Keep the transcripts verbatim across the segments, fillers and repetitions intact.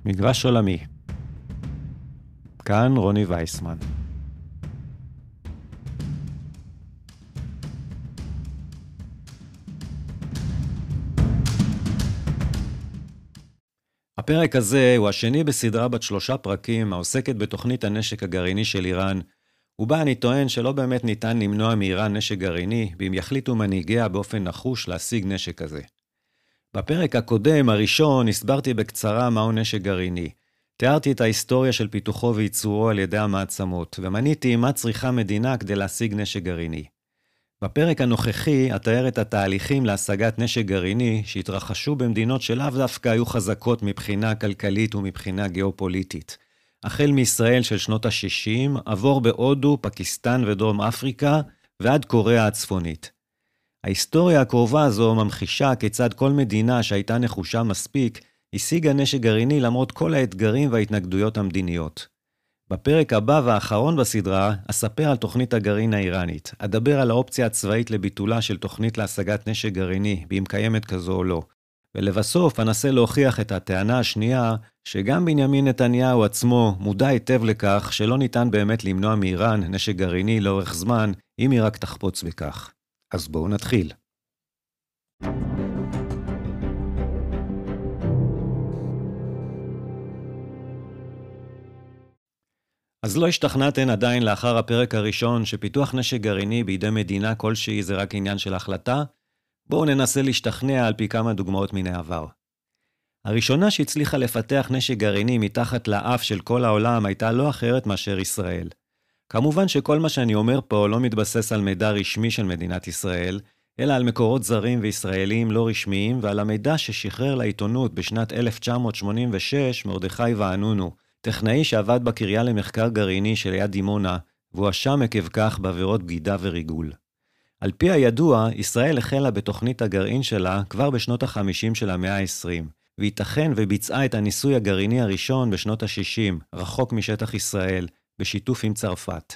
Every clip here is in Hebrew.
מגרש עולמי. כאן רוני וייסמן. הפרק הזה הוא השני בסדרה בת שלושה פרקים העוסקת בתוכנית הנשק הגרעיני של איראן, ובה אני טוען שלא באמת ניתן למנוע מאיראן נשק גרעיני, ואם יחליטו מנהיגיה באופן נחוש להשיג נשק כזה. בפרק הקודם, הראשון, הסברתי בקצרה מהו נשק גרעיני. תיארתי את ההיסטוריה של פיתוחו וייצורו על ידי המעצמות, ומניתי מה צריכה מדינה כדי להשיג נשק גרעיני. בפרק הנוכחי אתאר את התהליכים להשגת נשק גרעיני שהתרחשו במדינות שלאו דווקא היו חזקות מבחינה כלכלית ומבחינה גיאופוליטית. החל מישראל של שנות ה-שישים, עבור בהודו, פקיסטן ודרום אפריקה, ועד קוריאה הצפונית. ההיסטוריה הקרובה הזו ממחישה כיצד כל מדינה שהייתה נחושה מספיק, השיגה נשק גרעיני למרות כל האתגרים וההתנגדויות המדיניות. בפרק הבא והאחרון בסדרה, אספר על תוכנית הגרעין האיראנית, אדבר על האופציה הצבאית לביטולה של תוכנית להשגת נשק גרעיני, באם קיימת כזו או לא. ולבסוף אנסה להוכיח את הטענה השנייה, שגם בנימין נתניהו עצמו מודע היטב לכך שלא ניתן באמת למנוע מאיראן נשק גרעיני לאורך זמן, אם היא רק תחפוץ בכך. אז בואו נתחיל. אז לא השתכנעתן עדיין לאחר הפרק הראשון שפיתוח נשק גרעיני בידי מדינה כלשהי זה רק עניין של החלטה? בואו ננסה להשתכנע על פי כמה דוגמאות מן העבר. הראשונה שהצליחה לפתח נשק גרעיני מתחת לאף של כל העולם הייתה לא אחרת מאשר ישראל. כמובן שכל מה שאני אומר פה לא מתבסס על מידע רשמי של מדינת ישראל, אלא על מקורות זרים וישראלים לא רשמיים ועל המידע ששחרר לעיתונות בשנת אלף תשע מאות שמונים ושש מרדכי וענונו, טכנאי שעבד בקריה למחקר גרעיני של יד דימונה, והואשם עקב כך בעבירות בגידה וריגול. על פי הידוע, ישראל החלה בתוכנית הגרעין שלה כבר בשנות ה-חמישים של המאה ה-עשרים, וייתכן וביצעה את הניסוי הגרעיני הראשון בשנות ה-שישים, רחוק משטח ישראל, בשיתוף עם צרפת.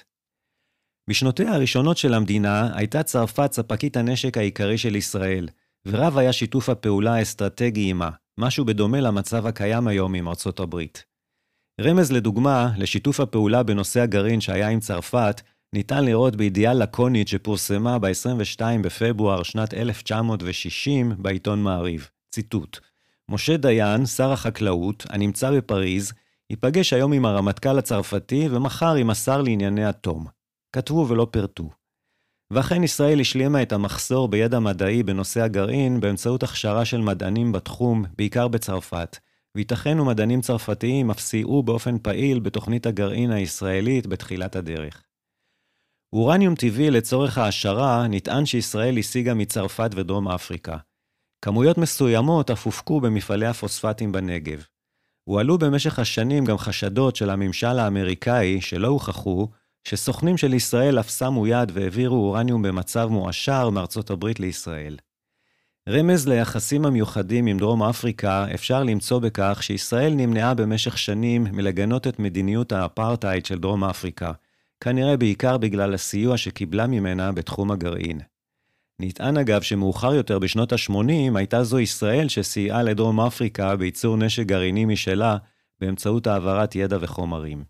בשנותיה הראשונות של המדינה הייתה צרפת ספקית הנשק העיקרי של ישראל, ורב היה שיתוף הפעולה האסטרטגי עמה, משהו בדומה למצב הקיים היום עם ארצות הברית. רמז לדוגמה, לשיתוף הפעולה בנושא הגרעין שהיה עם צרפת, ניתן לראות בידיעה לקונית שפורסמה ב-עשרים ושניים בפברואר שנת אלף תשע מאות שישים בעיתון מעריב. ציטוט: משה דיין, שר החקלאות, הנמצא בפריז, ייפגש היום עם הרמטכ"ל הצרפתי ומחר עם השר לענייני אטום. כתבו ולא פרטו. ואכן ישראל השלימה את המחסור בידע מדעי בנושא הגרעין באמצעות הכשרה של מדענים בתחום, בעיקר בצרפת, וייתכן ומדענים צרפתיים אפסייעו באופן פעיל בתוכנית הגרעין הישראלית בתחילת הדרך. אורניום טבעי לצורך העשרה נטען שישראל השיגה מצרפת ודרום אפריקה. כמויות מסוימות אף הופקו במפעלי הפוספטים בנגב. הועלו במשך השנים גם חשדות של הממשל האמריקאי שלא הוכחו, שסוכנים של ישראל אף שמו יד והעבירו אורניום במצב מועשר מארצות הברית לישראל. רמז ליחסים המיוחדים עם דרום אפריקה אפשר למצוא בכך שישראל נמנעה במשך שנים מלגנות את מדיניות האפרטהייד של דרום אפריקה, כנראה בעיקר בגלל הסיוע שקיבלה ממנה בתחום הגרעין. נטען אגב שמאוחר יותר בשנות ה-שמונים הייתה זו ישראל שסייעה לדרום אפריקה בייצור נשק גרעיני משלה באמצעות העברת ידע וחומרים.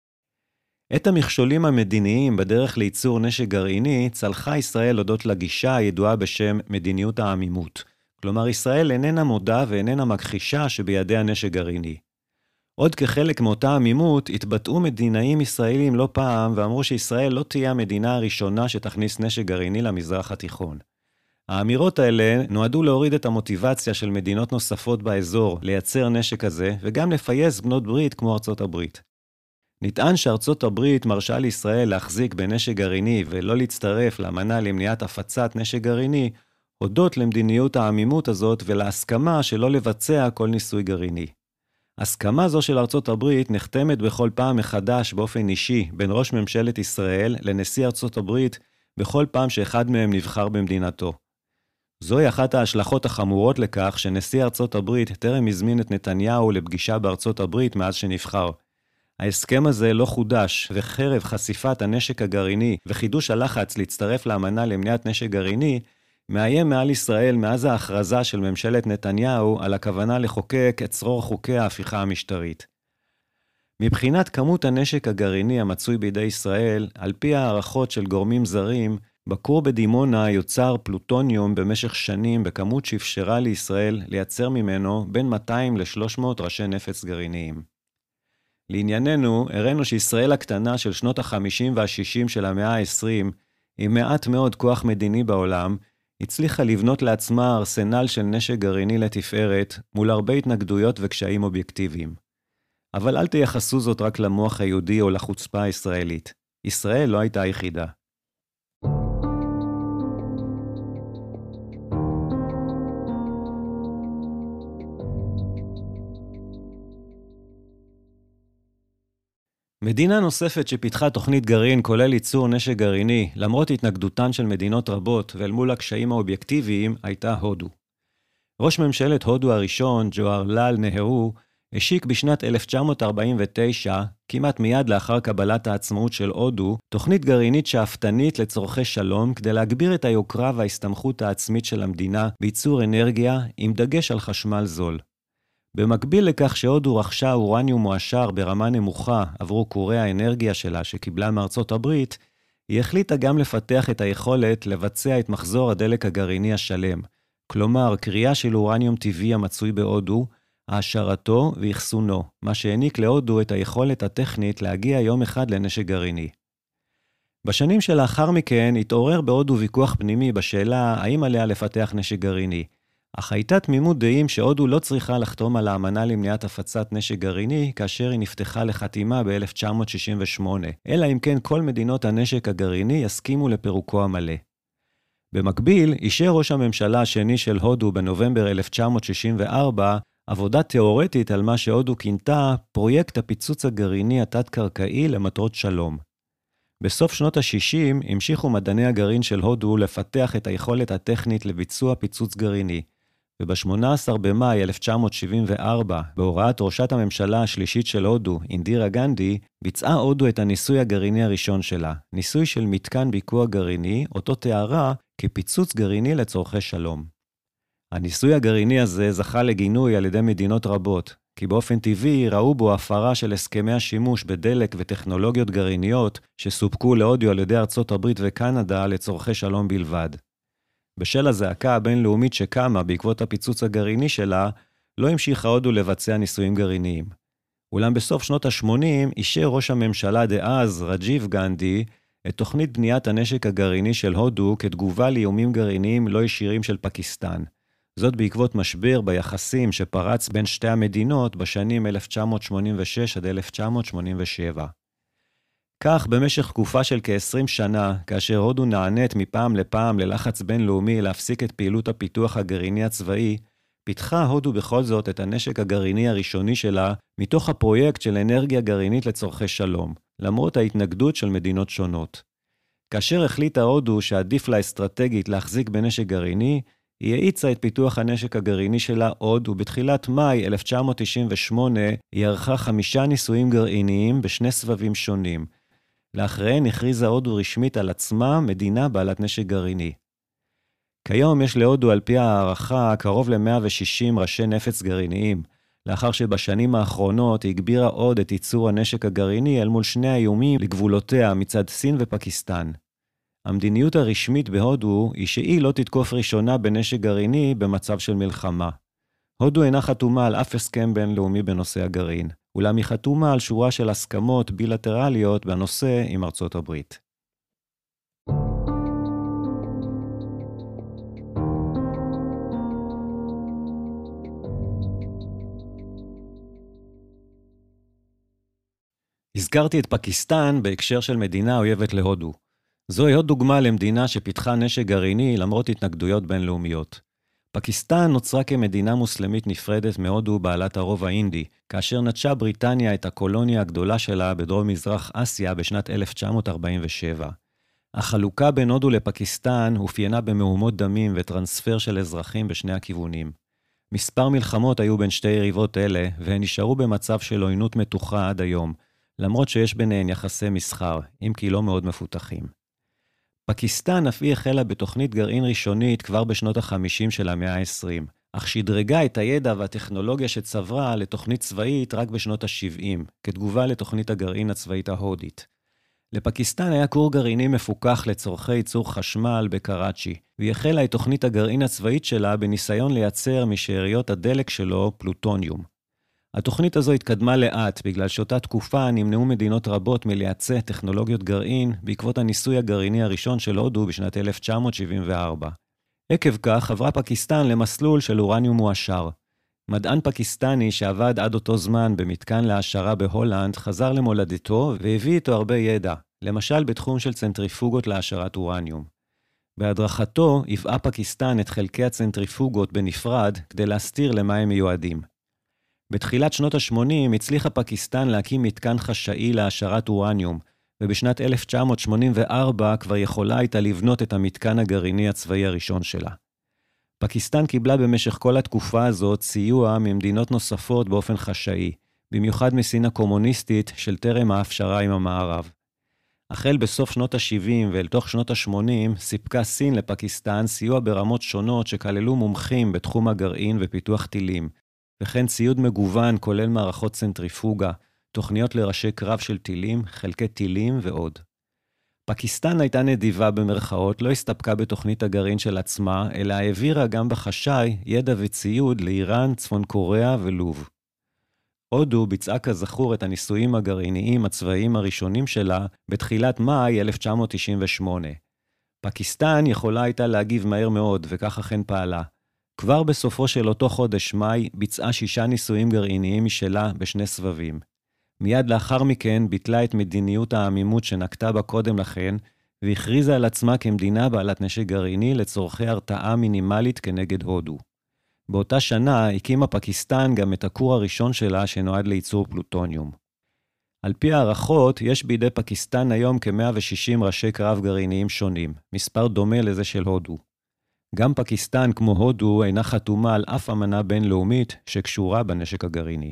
את המכשולים המדיניים בדרך לייצור נשק גרעיני צלחה ישראל הודות לגישה הידועה בשם מדיניות העמימות. כלומר, ישראל איננה מודה ואיננה מכחישה שבידיה נשק גרעיני. עוד כחלק מאותה עמימות התבטאו מדינאים ישראלים לא פעם ואמרו שישראל לא תהיה המדינה הראשונה שתכניס נשק גרעיני למזרח התיכון. האמירות האלה נועדו להוריד את המוטיבציה של מדינות נוספות באזור לייצר נשק כזה וגם לפייס בנות ברית כמו ארצות הברית. נטען שארצות הברית מרשה לישראל להחזיק בנשק גרעיני ולא להצטרף לאמנה למניעת הפצת נשק גרעיני, הודות למדיניות העמימות הזאת ולהסכמה שלא לבצע כל ניסוי גרעיני. הסכמה זו של ארצות הברית נחתמת בכל פעם מחדש באופן אישי בין ראש ממשלת ישראל לנשיא ארצות הברית בכל פעם שאחד מהם נבחר במדינתו. זוהי אחת ההשלכות החמורות לכך שנשיא ארצות הברית טרם הזמין את נתניהו לפגישה בארצות הברית מאז שנבחר. ההסכם הזה לא חודש, וחרב חשיפת הנשק הגרעיני וחידוש הלחץ להצטרף לאמנה למניעת נשק גרעיני, מאיים מעל ישראל מאז ההכרזה של ממשלת נתניהו על הכוונה לחוקק את צרור חוקי ההפיכה המשטרית. מבחינת כמות הנשק הגרעיני המצוי בידי ישראל, על פי הערכות של גורמים זרים, בכור בדימונה יוצר פלוטוניום במשך שנים בכמות שאפשרה לישראל לייצר ממנו בין מאתיים ל-שלוש מאות ראשי נפץ גרעיניים. לענייננו, הראינו שישראל הקטנה של שנות ה-חמישים וה-שישים של המאה ה-עשרים, עם מעט מאוד כוח מדיני בעולם, הצליחה לבנות לעצמה ארסנל של נשק גרעיני לתפארת מול הרבה התנגדויות וקשיים אובייקטיביים. אבל אל תייחסו זאת רק למוח היהודי או לחוצפה הישראלית. ישראל לא הייתה היחידה. מדינה נוספת שפיתחה תוכנית גרעין כולל ייצור נשק גרעיני, למרות התנגדותן של מדינות רבות ואל מול הקשיים האובייקטיביים, הייתה הודו. ראש ממשלת הודו הראשון, ג'והרלל נהרו, השיק בשנת אלף תשע מאות ארבעים ותשע, כמעט מיד לאחר קבלת העצמאות של הודו, תוכנית גרעינית שאפתנית לצורכי שלום כדי להגביר את היוקרה וההסתמכות העצמית של המדינה בייצור אנרגיה עם דגש על חשמל זול. במקביל לכך שהודו רכשה אורניום מועשר ברמה נמוכה עבור כורי האנרגיה שלה שקיבלה מארצות הברית, היא החליטה גם לפתח את היכולת לבצע את מחזור הדלק הגרעיני השלם, כלומר קריאה של אורניום טבעי המצוי בהודו, העשרתו ואחסונו, מה שהעניק להודו את היכולת הטכנית להגיע יום אחד לנשק גרעיני. בשנים שלאחר מכן התעורר בהודו ויכוח פנימי בשאלה האם עליה לפתח נשק גרעיני, אך הייתה תמימות דעים שהודו לא צריכה לחתום על האמנה למניעת הפצת נשק גרעיני כאשר היא נפתחה לחתימה ב-אלף תשע מאות שישים ושמונה, אלא אם כן כל מדינות הנשק הגרעיני יסכימו לפירוקו המלא. במקביל, אישר ראש הממשלה השני של הודו בנובמבר אלף תשע מאות שישים וארבע עבודה תיאורטית על מה שהודו כינתה פרויקט הפיצוץ הגרעיני התת-קרקעי למטרות שלום. בסוף שנות ה-שישים המשיכו מדעני הגרעין של הודו לפתח את היכולת הטכנית לביצוע פיצוץ גרעיני, וב-שמונה עשר במאי אלף תשע מאות שבעים וארבע, בהוראת ראשת הממשלה השלישית של הודו, אינדירה גנדי, ביצעה הודו את הניסוי הגרעיני הראשון שלה, ניסוי של מתקן ביקוע גרעיני, אותו תיארה כפיצוץ גרעיני לצורכי שלום. הניסוי הגרעיני הזה זכה לגינוי על ידי מדינות רבות, כי באופן טבעי ראו בו הפרה של הסכמי השימוש בדלק וטכנולוגיות גרעיניות שסופקו להודו על ידי ארצות הברית וקנדה לצורכי שלום בלבד. בשל הזעקה הבינלאומית שקמה בעקבות הפיצוץ הגרעיני שלה, לא המשיכה הודו לבצע ניסויים גרעיניים. אולם בסוף שנות ה-שמונים אישר ראש הממשלה דאז, רג'יב גנדי, את תוכנית בניית הנשק הגרעיני של הודו כתגובה לאיומים גרעיניים לא ישירים של פקיסטן. זאת בעקבות משבר ביחסים שפרץ בין שתי המדינות בשנים אלף תשע מאות שמונים ושש עד אלף תשע מאות שמונים ושבע. כך במשך תקופה של כ-עשרים שנה, כאשר הודו נענית מפעם לפעם ללחץ בינלאומי להפסיק את פעילות הפיתוח הגרעיני הצבאי, פיתחה הודו בכל זאת את הנשק הגרעיני הראשוני שלה מתוך הפרויקט של אנרגיה גרעינית לצורכי שלום, למרות ההתנגדות של מדינות שונות. כאשר החליטה הודו שעדיף לה אסטרטגית להחזיק בנשק גרעיני, היא האיצה את פיתוח הנשק הגרעיני שלה עוד, ובתחילת מאי אלף תשע מאות תשעים ושמונה היא ערכה חמישה ניסויים גרעיניים בשני סבבים שונים. לאחריהן הכריזה הודו רשמית על עצמה מדינה בעלת נשק גרעיני. כיום יש להודו על פי הערכה קרוב ל-מאה ושישים ראשי נפץ גרעיניים, לאחר שבשנים האחרונות היא הגבירה עוד את ייצור הנשק הגרעיני אל מול שני האיומים לגבולותיה מצד סין ופקיסטן. המדיניות הרשמית בהודו היא שהיא לא תתקוף ראשונה בנשק גרעיני במצב של מלחמה. הודו אינה חתומה על אף הסכם בינלאומי בנושא הגרעין, אולם היא חתומה על שורה של הסכמות בילטרליות בנושא עם ארצות הברית. הזכרתי את פקיסטן בהקשר של מדינה אויבת להודו. זוהי עוד דוגמה למדינה שפיתחה נשק גרעיני למרות התנגדויות בינלאומיות. פקיסטן נוצרה כמדינה מוסלמית נפרדת מהודו בעלת הרוב האינדי, כאשר נטשה בריטניה את הקולוניה הגדולה שלה בדרום מזרח אסיה בשנת אלף תשע מאות ארבעים ושבע. החלוקה בין הודו לפקיסטן הופיינה במהומות דמים וטרנספר של אזרחים בשני הכיוונים. מספר מלחמות היו בין שתי יריבות אלה, והן נשארו במצב של עוינות מתוחה עד היום, למרות שיש ביניהן יחסי מסחר, אם כי לא מאוד מפותחים. פקיסטן אף היא החלה בתוכנית גרעין ראשונית כבר בשנות ה-חמישים של המאה ה-עשרים, אך שדרגה את הידע והטכנולוגיה שצברה לתוכנית צבאית רק בשנות ה-שבעים, כתגובה לתוכנית הגרעין הצבאית ההודית. לפקיסטן היה כור גרעיני מפוקח לצורכי ייצור חשמל בקראצ'י, והיא החלה את תוכנית הגרעין הצבאית שלה בניסיון לייצר משאריות הדלק שלו פלוטוניום. התוכנית הזו התקדמה לאט, בגלל שאותה תקופה נמנעו מדינות רבות מלייצא טכנולוגיות גרעין בעקבות הניסוי הגרעיני הראשון של הודו בשנת אלף תשע מאות שבעים וארבע. עקב כך עברה פקיסטן למסלול של אורניום מועשר. מדען פקיסטני שעבד עד אותו זמן במתקן להעשרה בהולנד חזר למולדתו והביא איתו הרבה ידע, למשל בתחום של צנטריפוגות להעשרת אורניום. בהדרכתו הבאה פקיסטן את חלקי הצנטריפוגות בנפרד כדי להסתיר למה הם מיועדים. בתחילת שנות ה-שמונים הצליחה פקיסטן להקים מתקן חשאי להעשרת אורניום, ובשנת אלף תשע מאות שמונים וארבע כבר יכולה הייתה לבנות את המתקן הגרעיני הצבאי הראשון שלה. פקיסטן קיבלה במשך כל התקופה הזאת סיוע ממדינות נוספות באופן חשאי, במיוחד מסין הקומוניסטית של טרם ההפשרה עם המערב. החל בסוף שנות ה-שבעים ואל תוך שנות ה-שמונים סיפקה סין לפקיסטן סיוע ברמות שונות שכללו מומחים בתחום הגרעין ופיתוח טילים, וכן ציוד מגוון כולל מערכות צנטריפוגה, תוכניות לראשי קרב של טילים, חלקי טילים ועוד. פקיסטן הייתה נדיבה במרכאות, לא הסתפקה בתוכנית הגרעין של עצמה, אלא העבירה גם בחשאי ידע וציוד לאיראן, צפון קוריאה ולוב. הודו ביצעה כזכור את הניסויים הגרעיניים הצבאיים הראשונים שלה בתחילת מאי אלף תשע מאות תשעים ושמונה. פקיסטן יכולה הייתה להגיב מהר מאוד, וכך אכן פעלה. כבר בסופו של אותו חודש מאי ביצעה שישה ניסויים גרעיניים משלה בשני סבבים. מיד לאחר מכן ביטלה את מדיניות העמימות שנקטה בה קודם לכן, והכריזה על עצמה כמדינה בעלת נשק גרעיני לצורכי הרתעה מינימלית כנגד הודו. באותה שנה הקימה פקיסטן גם את הכור הראשון שלה שנועד לייצור פלוטוניום. על פי הערכות, יש בידי פקיסטן היום כ-מאה ושישים ראשי קרב גרעיניים שונים, מספר דומה לזה של הודו. גם פקיסטן, כמו הודו, אינה חתומה על אף אמנה בינלאומית שקשורה בנשק הגרעיני.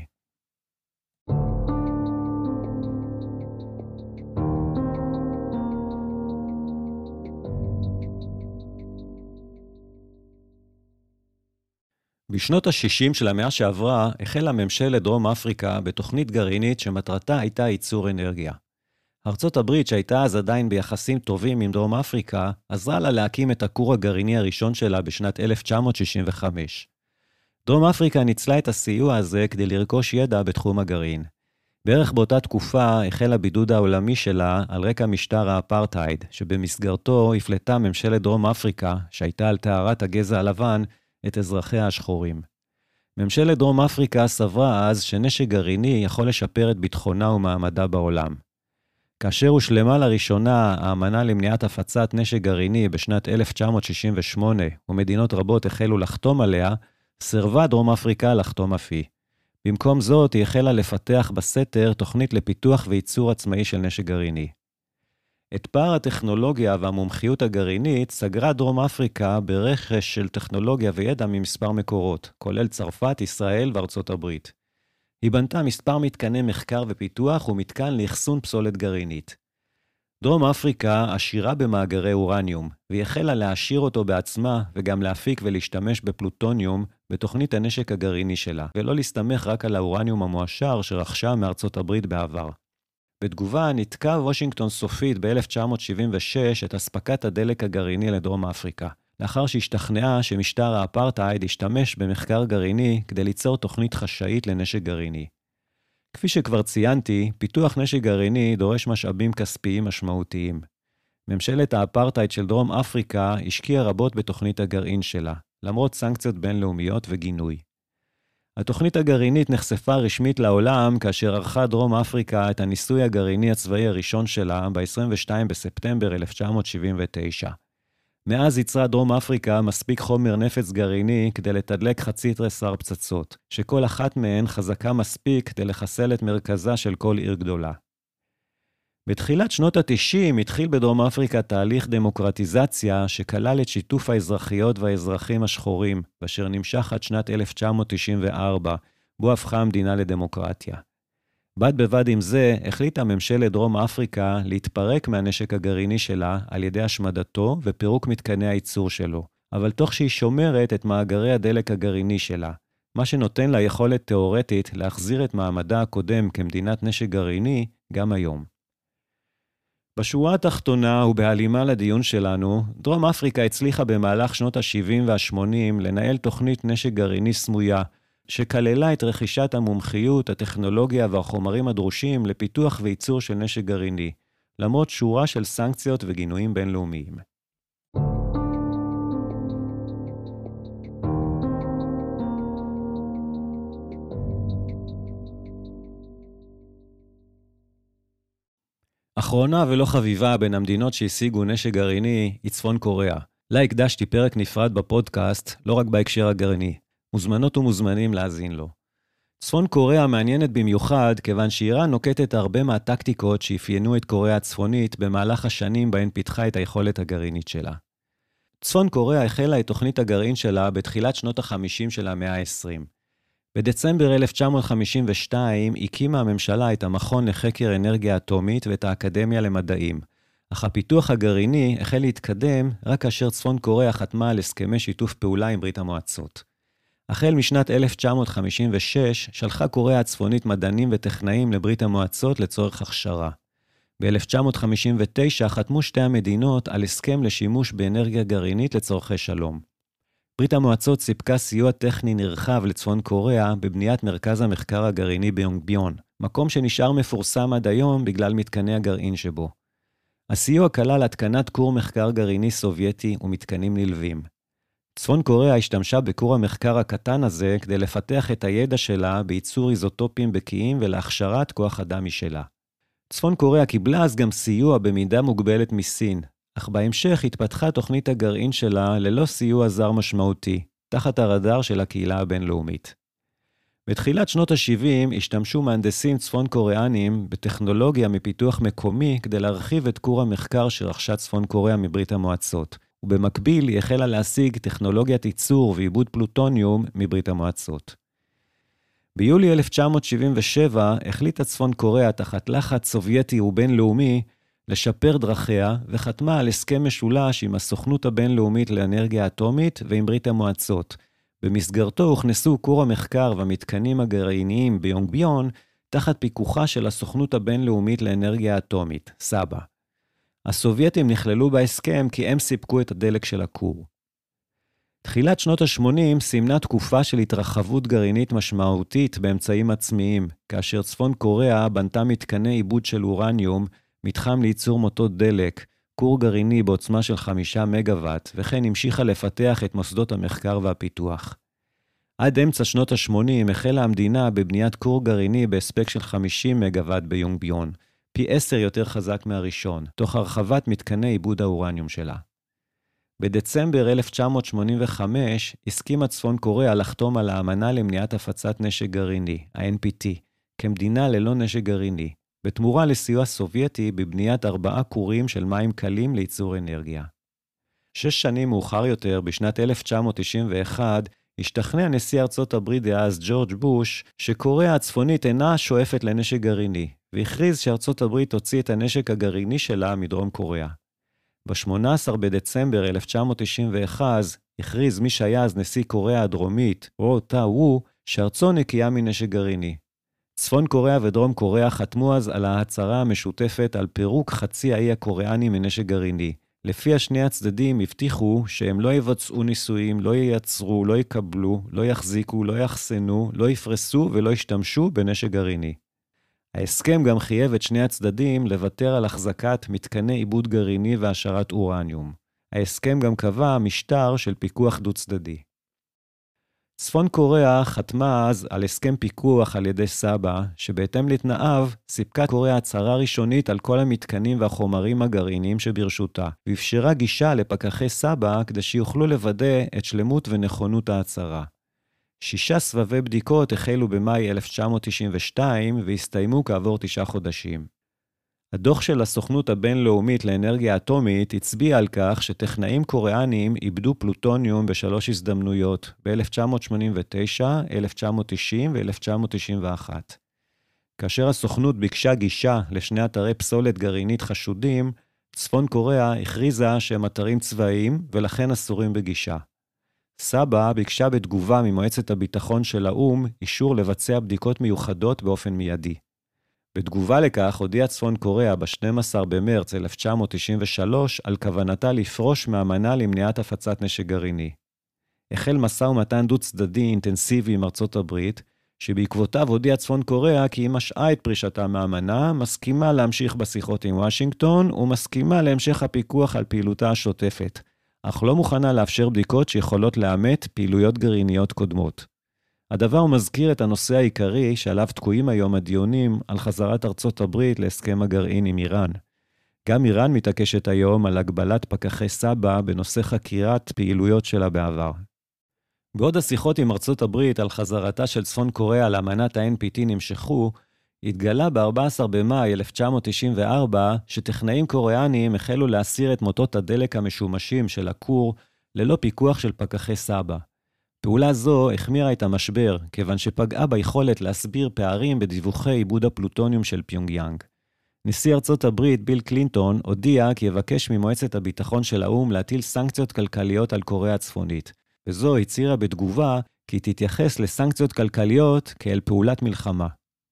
בשנות ה-שישים של המאה שעברה החלה ממשלת דרום אפריקה בתוכנית גרעינית שמטרתה הייתה ייצור אנרגיה. ארצות הברית, שהייתה אז עדיין ביחסים טובים עם דרום אפריקה, עזרה לה להקים את הכור הגרעיני הראשון שלה בשנת אלף תשע מאות שישים וחמש. דרום אפריקה ניצלה את הסיוע הזה כדי לרכוש ידע בתחום הגרעין. בערך באותה תקופה החל הבידוד העולמי שלה על רקע משטר האפרטהייד, שבמסגרתו הפלטה ממשלת דרום אפריקה, שהייתה על טהרת הגזע הלבן, את אזרחיה השחורים. ממשלת דרום אפריקה סברה אז שנשק גרעיני יכול לשפר את ביטחונה ומעמדה בעולם. כאשר הושלמה לראשונה האמנה למניעת הפצת נשק גרעיני בשנת אלף תשע מאות שישים ושמונה, ומדינות רבות החלו לחתום עליה, סרבה דרום אפריקה לחתום אף היא. במקום זאת היא החלה לפתח בסתר תוכנית לפיתוח וייצור עצמאי של נשק גרעיני. את פער הטכנולוגיה והמומחיות הגרעינית סגרה דרום אפריקה ברכש של טכנולוגיה וידע ממספר מקורות, כולל צרפת, ישראל וארצות הברית. היא בנתה מספר מתקני מחקר ופיתוח ומתקן לאחסון פסולת גרעינית. דרום אפריקה עשירה במאגרי אורניום, והיא החלה להעשיר אותו בעצמה וגם להפיק ולהשתמש בפלוטוניום בתוכנית הנשק הגרעיני שלה, ולא להסתמך רק על האורניום המועשר שרכשה מארצות הברית בעבר. בתגובה נתקע וושינגטון סופית ב-אלף תשע מאות שבעים ושש את אספקת הדלק הגרעיני לדרום אפריקה, לאחר שהשתכנעה שמשטר האפרטהייד השתמש במחקר גרעיני כדי ליצור תוכנית חשאית לנשק גרעיני. כפי שכבר ציינתי, פיתוח נשק גרעיני דורש משאבים כספיים משמעותיים. ממשלת האפרטהייד של דרום אפריקה השקיעה רבות בתוכנית הגרעין שלה, למרות סנקציות בינלאומיות וגינוי. התוכנית הגרעינית נחשפה רשמית לעולם כאשר ערכה דרום אפריקה את הניסוי הגרעיני הצבאי הראשון שלה ב-עשרים ושניים בספטמבר אלף תשע מאות שבעים ותשע. מאז יצרה דרום אפריקה מספיק חומר נפץ גרעיני כדי לתדלק חצי תריסר פצצות, שכל אחת מהן חזקה מספיק כדי לחסל את מרכזה של כל עיר גדולה. בתחילת שנות ה-תשעים התחיל בדרום אפריקה תהליך דמוקרטיזציה שכלל את שיתוף האזרחיות והאזרחים השחורים, אשר נמשך עד שנת אלף תשע מאות תשעים וארבע, בו הפכה המדינה לדמוקרטיה. בד בבד עם זה, החליטה ממשלת דרום אפריקה להתפרק מהנשק הגרעיני שלה על ידי השמדתו ופירוק מתקני הייצור שלו, אבל תוך שהיא שומרת את מאגרי הדלק הגרעיני שלה, מה שנותן לה יכולת תיאורטית להחזיר את מעמדה הקודם כמדינת נשק גרעיני גם היום. בשורה התחתונה ובהלימה לדיון שלנו, דרום אפריקה הצליחה במהלך שנות ה-שבעים וה-שמונים לנהל תוכנית נשק גרעיני סמויה, שכללה את רכישת המומחיות, הטכנולוגיה והחומרים הדרושים לפיתוח וייצור של נשק גרעיני, למרות שורה של סנקציות וגינויים בינלאומיים. אחרונה ולא חביבה בין המדינות שהשיגו נשק גרעיני היא צפון קוריאה. לה הקדשתי פרק נפרד בפודקאסט, לא רק בהקשר הגרעיני. מוזמנות ומוזמנים להאזין לו. צפון קוריאה מעניינת במיוחד כיוון שאיראן נוקטת הרבה מהטקטיקות שאפיינו את קוריאה הצפונית במהלך השנים בהן פיתחה את היכולת הגרעינית שלה. צפון קוריאה החלה את תוכנית הגרעין שלה בתחילת שנות ה-חמישים של המאה ה-עשרים. בדצמבר אלף תשע מאות חמישים ושתיים הקימה הממשלה את המכון לחקר אנרגיה אטומית ואת האקדמיה למדעים, אך הפיתוח הגרעיני החל להתקדם רק כאשר צפון קוריאה חתמה על הסכמי שיתוף פעולה עם ברית המועצות. החל משנת אלף תשע מאות חמישים ושש שלחה קוריאה הצפונית מדענים וטכנאים לברית המועצות לצורך הכשרה. ב-אלף תשע מאות חמישים ותשע חתמו שתי המדינות על הסכם לשימוש באנרגיה גרעינית לצורכי שלום. ברית המועצות סיפקה סיוע טכני נרחב לצפון קוריאה בבניית מרכז המחקר הגרעיני ביונגביון, מקום שנשאר מפורסם עד היום בגלל מתקני הגרעין שבו. הסיוע כלל התקנת כור מחקר גרעיני סובייטי ומתקנים נלווים. צפון קוריאה השתמשה בכור המחקר הקטן הזה כדי לפתח את הידע שלה בייצור איזוטופים בקיאים ולהכשרת כוח אדם משלה. צפון קוריאה קיבלה אז גם סיוע במידה מוגבלת מסין, אך בהמשך התפתחה תוכנית הגרעין שלה ללא סיוע זר משמעותי, תחת הרדאר של הקהילה הבינלאומית. בתחילת שנות ה-שבעים השתמשו מהנדסים צפון קוריאנים בטכנולוגיה מפיתוח מקומי כדי להרחיב את כור המחקר שרכשה צפון קוריאה מברית המועצות, ובמקביל היא החלה להשיג טכנולוגיית ייצור ועיבוד פלוטוניום מברית המועצות. ביולי אלף תשע מאות שבעים ושבע החליטה צפון קוריאה תחת לחץ סובייטי ובינלאומי לשפר דרכיה וחתמה על הסכם משולש עם הסוכנות הבינלאומית לאנרגיה אטומית ועם ברית המועצות. במסגרתו הוכנסו כור המחקר והמתקנים הגרעיניים ביונגביון תחת פיקוחה של הסוכנות הבינלאומית לאנרגיה אטומית, סבא. הסובייטים נכללו בהסכם כי הם סיפקו את הדלק של הכור. תחילת שנות ה-שמונים סימנה תקופה של התרחבות גרעינית משמעותית באמצעים עצמיים, כאשר צפון קוריאה בנתה מתקני עיבוד של אורניום, מתחם לייצור מוטות דלק, כור גרעיני בעוצמה של חמישה מגוואט, וכן המשיכה לפתח את מוסדות המחקר והפיתוח. עד אמצע שנות ה-שמונים החלה המדינה בבניית כור גרעיני בהספק של חמישים מגוואט ביונגביון, פי עשר יותר חזק מהראשון, תוך הרחבת מתקני עיבוד האורניום שלה. בדצמבר אלף תשע מאות שמונים וחמש הסכימה צפון קוריאה לחתום על האמנה למניעת הפצת נשק גרעיני, ה-אן פי טי, כמדינה ללא נשק גרעיני, בתמורה לסיוע סובייטי בבניית ארבעה כורים של מים קלים לייצור אנרגיה. שש שנים מאוחר יותר, בשנת אלף תשע מאות תשעים ואחת, השתכנע נשיא ארצות הברית דאז ג'ורג' בוש שקוריאה הצפונית אינה שואפת לנשק גרעיני, והכריז שארצות הברית תוציא את הנשק הגרעיני שלה מדרום קוריאה. ב-שמונה עשר בדצמבר אלף תשע מאות תשעים ואחת הכריז מי שהיה אז נשיא קוריאה הדרומית, רו טאו, שארצו נקייה מנשק גרעיני. צפון קוריאה ודרום קוריאה חתמו אז על ההצהרה המשותפת על פירוק חצי האי הקוריאני מנשק גרעיני. לפי שני הצדדים הבטיחו שהם לא יבצעו ניסויים, לא ייצרו, לא יקבלו, לא יחזיקו, לא יחסנו, לא יפרסו ולא ישתמשו בנשק גרעיני. ההסכם גם חייב את שני הצדדים לוותר על החזקת מתקני עיבוד גרעיני והשארת אורניום. ההסכם גם קבע משטר של פיקוח דו צדדי. צפון קוריאה חתמה אז על הסכם פיקוח על ידי סבא, שבהתאם לתנאיו סיפקה קוריאה הצהרה ראשונית על כל המתקנים והחומרים הגרעיניים שברשותה, ואפשרה גישה לפקחי סבא כדי שיוכלו לוודא את שלמות ונכונות ההצהרה. שישה סבבי בדיקות החלו במאי אלף תשע מאות תשעים ושתיים והסתיימו כעבור תשעה חודשים. הדוח של הסוכנות הבינלאומית לאנרגיה אטומית הצביע על כך שטכנאים קוריאנים איבדו פלוטוניום בשלוש הזדמנויות, ב-אלף תשע מאות שמונים ותשע, אלף תשע מאות תשעים ו-אלף תשע מאות תשעים ואחת. כאשר הסוכנות ביקשה גישה לשני אתרי פסולת גרעינית חשודים, צפון קוריאה הכריזה שהם אתרים צבאיים ולכן אסורים בגישה. סבא ביקשה בתגובה ממועצת הביטחון של האום אישור לבצע בדיקות מיוחדות באופן מיידי. בתגובה לכך הודיעה צפון קוריאה ב-שנים עשר במרץ אלף תשע מאות תשעים ושלוש על כוונתה לפרוש מהאמנה למניעת הפצת נשק גרעיני. החל משא ומתן דו צדדי אינטנסיבי עם ארצות הברית, שבעקבותיו הודיעה צפון קוריאה כי היא משעה את פרישתה מהאמנה, מסכימה להמשיך בשיחות עם וושינגטון ומסכימה להמשך הפיקוח על פעילותה השוטפת, אך לא מוכנה לאפשר בדיקות שיכולות לאמת פעילויות גרעיניות קודמות. הדבר מזכיר את הנושא העיקרי שעליו תקועים היום הדיונים על חזרת ארצות הברית להסכם הגרעין עם איראן. גם איראן מתעקשת היום על הגבלת פקחי סבא בנושא חקירת פעילויות שלה בעבר. בעוד השיחות עם ארצות הברית על חזרתה של צפון קוריאה לאמנת ה-אן פי טי נמשכו, התגלה ב-ארבעה עשר במאי אלף תשע מאות תשעים וארבע שטכנאים קוריאנים החלו להסיר את מוטות הדלק המשומשים של הכור ללא פיקוח של פקחי סבא. פעולה זו החמירה את המשבר, כיוון שפגעה ביכולת להסביר פערים בדיווחי עיבוד הפלוטוניום של פיונגיאנג. נשיא ארצות הברית ביל קלינטון הודיע כי יבקש ממועצת הביטחון של האום להטיל סנקציות כלכליות על קוריאה הצפונית, וזו הצהירה בתגובה כי תתייחס לסנקציות כלכליות כאל פעולת מלחמה.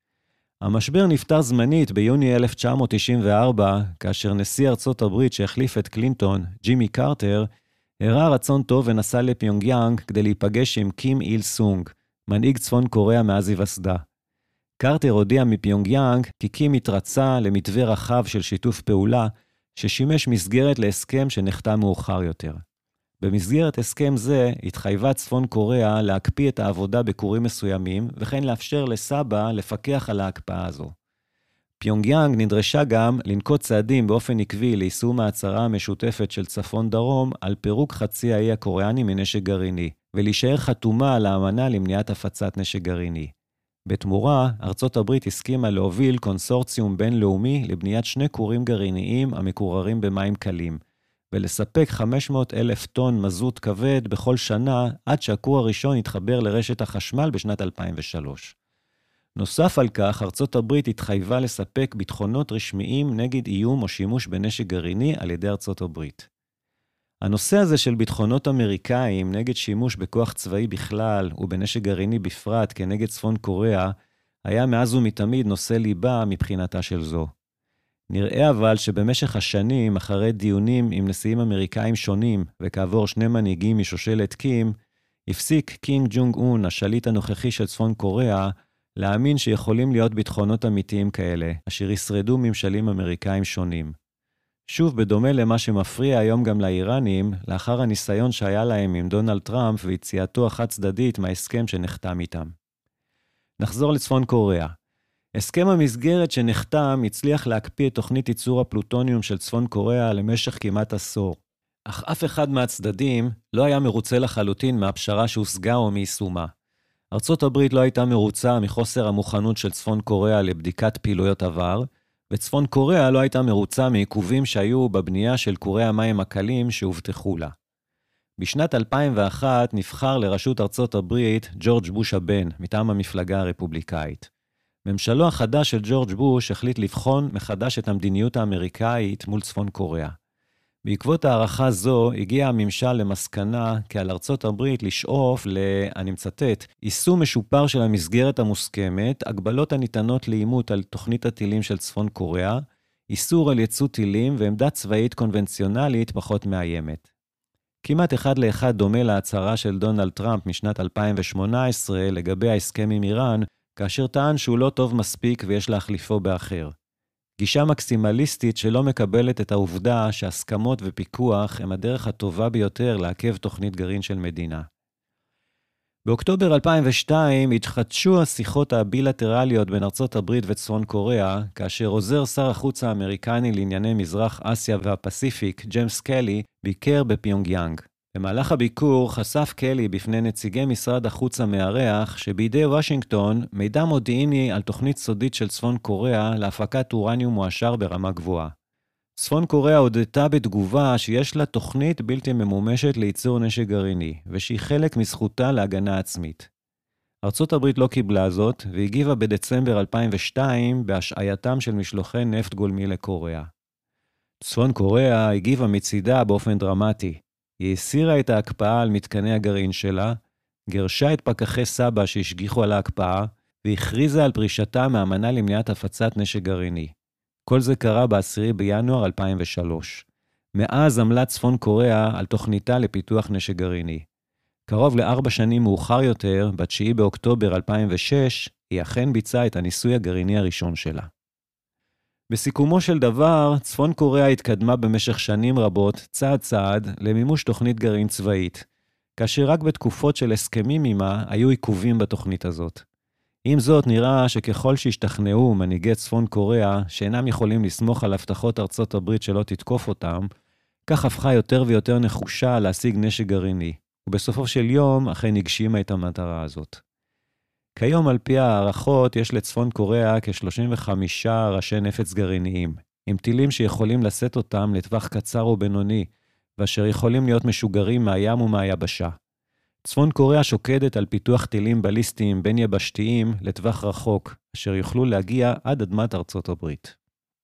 המשבר נפתר זמנית ביוני אלף תשע מאות תשעים וארבע, כאשר נשיא ארצות הברית שהחליף את קלינטון, ג'ימי קרטר, הראה רצון טוב ונסע לפיונגיאנג כדי להיפגש עם קים איל סונג, מנהיג צפון קוריאה מאז היווסדה. קרטר הודיע מפיונגיאנג כי קים התרצה למתווה רחב של שיתוף פעולה, ששימש מסגרת להסכם שנחתם מאוחר יותר. במסגרת הסכם זה התחייבה צפון קוריאה להקפיא את העבודה בקורים מסוימים, וכן לאפשר לסבא לפקח על ההקפאה הזו. פיונגיאנג נדרשה גם לנקוט צעדים באופן עקבי ליישום ההצהרה המשותפת של צפון דרום על פירוק חצי האי הקוריאני מנשק גרעיני, ולהישאר חתומה על האמנה למניעת הפצת נשק גרעיני. בתמורה, ארצות הברית הסכימה להוביל קונסורציום בינלאומי לבניית שני כורים גרעיניים המקוררים במים קלים, ולספק חמש מאות אלף טון מזוט כבד בכל שנה עד שהכור הראשון יתחבר לרשת החשמל בשנת אלפיים ושלוש. נוסף על כך, ארצות הברית התחייבה לספק ביטחונות רשמיים נגד איום או שימוש בנשק גרעיני על ידי ארצות הברית. הנושא הזה של ביטחונות אמריקאים נגד שימוש בכוח צבאי בכלל ובנשק גרעיני בפרט כנגד צפון קוריאה, היה מאז ומתמיד נושא ליבה מבחינתה של זו. נראה אבל שבמשך השנים, אחרי דיונים עם נשיאים אמריקאים שונים וכעבור שני מנהיגים משושלת קים, הפסיק קינג ג'ונג און, השליט הנוכחי של צפון קוריאה, להאמין שיכולים להיות ביטחונות אמיתיים כאלה, אשר ישרדו ממשלים אמריקאים שונים. שוב, בדומה למה שמפריע היום גם לאיראנים, לאחר הניסיון שהיה להם עם דונלד טראמפ ויציאתו החד צדדית מההסכם שנחתם איתם. נחזור לצפון קוריאה. הסכם המסגרת שנחתם הצליח להקפיא את תוכנית ייצור הפלוטוניום של צפון קוריאה למשך כמעט עשור. אך אף אחד מהצדדים לא היה מרוצה לחלוטין מהפשרה שהושגה או מיישומה. ארצות הברית לא הייתה מרוצה מחוסר המוכנות של צפון קוריאה לבדיקת פעילויות עבר, וצפון קוריאה לא הייתה מרוצה מעיכובים שהיו בבנייה של כורי המים הקלים שהובטחו לה. בשנת אלפיים ואחת נבחר לראשות ארצות הברית ג'ורג' בוש הבן, מטעם המפלגה הרפובליקאית. ממשלו החדש של ג'ורג' בוש החליט לבחון מחדש את המדיניות האמריקאית מול צפון קוריאה. בעקבות הערכה זו הגיע הממשל למסקנה כי על ארצות הברית לשאוף ל, אני מצטט, יישום משופר של המסגרת המוסכמת, הגבלות הניתנות לאימות על תוכנית הטילים של צפון קוריאה, איסור על ייצוא טילים ועמדה צבאית קונבנציונלית פחות מאיימת. כמעט אחד לאחד דומה להצהרה של דונלד טראמפ משנת אלפיים ושמונה עשרה לגבי ההסכם עם איראן, כאשר טען שהוא לא טוב מספיק ויש להחליפו באחר. גישה מקסימליסטית שלא מקבלת את העובדה שהסכמות ופיקוח הם הדרך הטובה ביותר לעכב תוכנית גרעין של מדינה. באוקטובר אלפיים ושתיים התחדשו השיחות הבילטרליות בין ארצות הברית וצפון קוריאה, כאשר עוזר שר החוץ האמריקני לענייני מזרח אסיה והפסיפיק, ג'יימס קלי, ביקר בפיונגיאנג. במהלך הביקור חשף קלי בפני נציגי משרד החוץ המארח שבידי וושינגטון מידע מודיעיני על תוכנית סודית של צפון קוריאה להפקת אורניום מועשר ברמה גבוהה. צפון קוריאה הודתה בתגובה שיש לה תוכנית בלתי ממומשת לייצור נשק גרעיני, ושהיא חלק מזכותה להגנה עצמית. ארצות הברית לא קיבלה זאת, והגיבה בדצמבר אלפיים ושתיים בהשעייתם של משלוחי נפט גולמי לקוריאה. צפון קוריאה הגיבה מצידה באופן דרמטי. היא הסירה את ההקפאה על מתקני הגרעין שלה, גרשה את פקחי סבא שהשגיחו על ההקפאה, והכריזה על פרישתה מהאמנה למניעת הפצת נשק גרעיני. כל זה קרה ב-עשירי בינואר אלפיים ושלוש. מאז עמלה צפון קוריאה על תוכניתה לפיתוח נשק גרעיני. קרוב לארבע שנים מאוחר יותר, ב-תשיעי באוקטובר אלפיים ושש, היא אכן ביצעה את הניסוי הגרעיני הראשון שלה. בסיכומו של דבר, צפון קוריאה התקדמה במשך שנים רבות, צעד צעד, למימוש תוכנית גרעין צבאית, כאשר רק בתקופות של הסכמים עמה היו עיכובים בתוכנית הזאת. עם זאת, נראה שככל שהשתכנעו מנהיגי צפון קוריאה, שאינם יכולים לסמוך על הבטחות ארצות הברית שלא תתקוף אותם, כך הפכה יותר ויותר נחושה להשיג נשק גרעיני, ובסופו של יום אכן הגשימה את המטרה הזאת. כיום על פי הערכות יש לצפון קוריאה כ-שלושים וחמישה ראשי נפץ גרעיניים, עם טילים שיכולים לשאת אותם לטווח קצר ובינוני, ואשר יכולים להיות משוגרים מהים ומהיבשה. צפון קוריאה שוקדת על פיתוח טילים בליסטיים בין יבשתיים לטווח רחוק, אשר יוכלו להגיע עד אדמת ארצות הברית.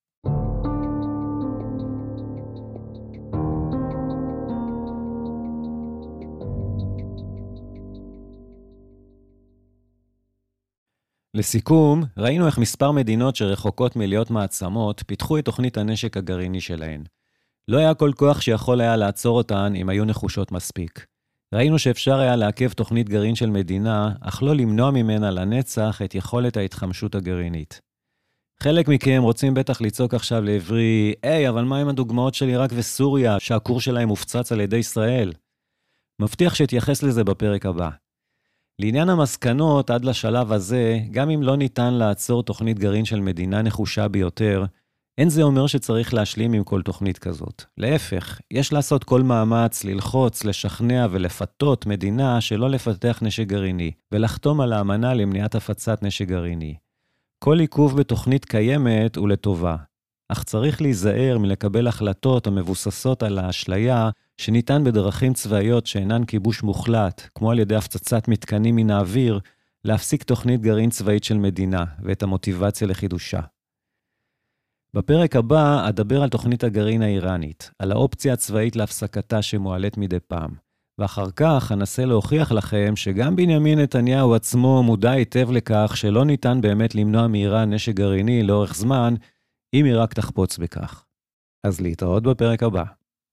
לסיכום, ראינו איך מספר מדינות שרחוקות מלהיות מעצמות פיתחו את תוכנית הנשק הגרעיני שלהן. לא היה כל כוח שיכול היה לעצור אותן אם היו נחושות מספיק. ראינו שאפשר היה לעכב תוכנית גרעין של מדינה, אך לא למנוע ממנה לנצח את יכולת ההתחמשות הגרעינית. חלק מכם רוצים בטח לצעוק עכשיו לעברי, היי, אבל מה עם הדוגמאות של עיראק וסוריה, שהכור שלהם מופצץ על ידי ישראל? מבטיח שתייחס לזה בפרק הבא. לעניין המסקנות עד לשלב הזה, גם אם לא ניתן לעצור תוכנית גרעין של מדינה נחושה ביותר, אין זה אומר שצריך להשלים עם כל תוכנית כזאת. להפך, יש לעשות כל מאמץ ללחוץ, לשכנע ולפתות מדינה שלא לפתח נשק גרעיני, ולחתום על האמנה למניעת הפצת נשק גרעיני. כל עיכוב בתוכנית קיימת הוא לטובה, אך צריך להיזהר מלקבל החלטות המבוססות על האשליה שניתן בדרכים צבאיות שאינן כיבוש מוחלט, כמו על ידי הפצצת מתקנים מן האוויר, להפסיק תוכנית גרעין צבאית של מדינה ואת המוטיבציה לחידושה. בפרק הבא אדבר על תוכנית הגרעין האיראנית, על האופציה הצבאית להפסקתה שמועלת מדי פעם, ואחר כך אנסה להוכיח לכם שגם בנימין נתניהו עצמו מודע היטב לכך שלא ניתן באמת למנוע מאיראן נשק גרעיני לאורך זמן, אם היא רק תחפוץ בכך. אז להתראות בפרק הבא.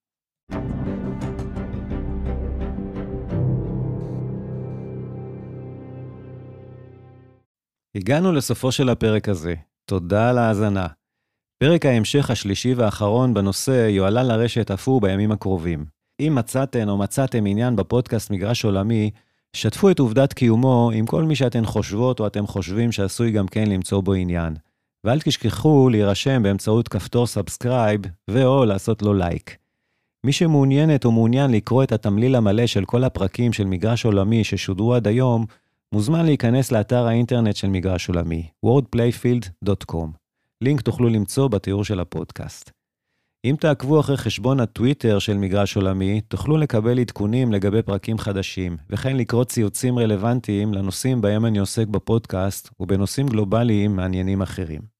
הגענו לסופו של הפרק הזה. תודה על ההאזנה. פרק ההמשך השלישי והאחרון בנושא יועלה לרשת אף הוא בימים הקרובים. אם מצאתן או מצאתם עניין בפודקאסט מגרש עולמי, שתפו את עובדת קיומו עם כל מי שאתן חושבות או אתם חושבים שעשוי גם כן למצוא בו עניין. ואל תשכחו להירשם באמצעות כפתור סאבסקרייב ואו לעשות לו לייק. מי שמעוניינת או מעוניין לקרוא את התמליל המלא של כל הפרקים של מגרש עולמי ששודרו עד היום, מוזמן להיכנס לאתר האינטרנט של מגרש עולמי, וורד פלייפילד דוט קום. לינק תוכלו למצוא בתיאור של הפודקאסט. אם תעקבו אחרי חשבון הטוויטר של מגרש עולמי, תוכלו לקבל עדכונים לגבי פרקים חדשים, וכן לקרוא ציוצים רלוונטיים לנושאים בהם אני עוסק בפודקאסט, ובנושאים גלובליים מעניינים אחרים.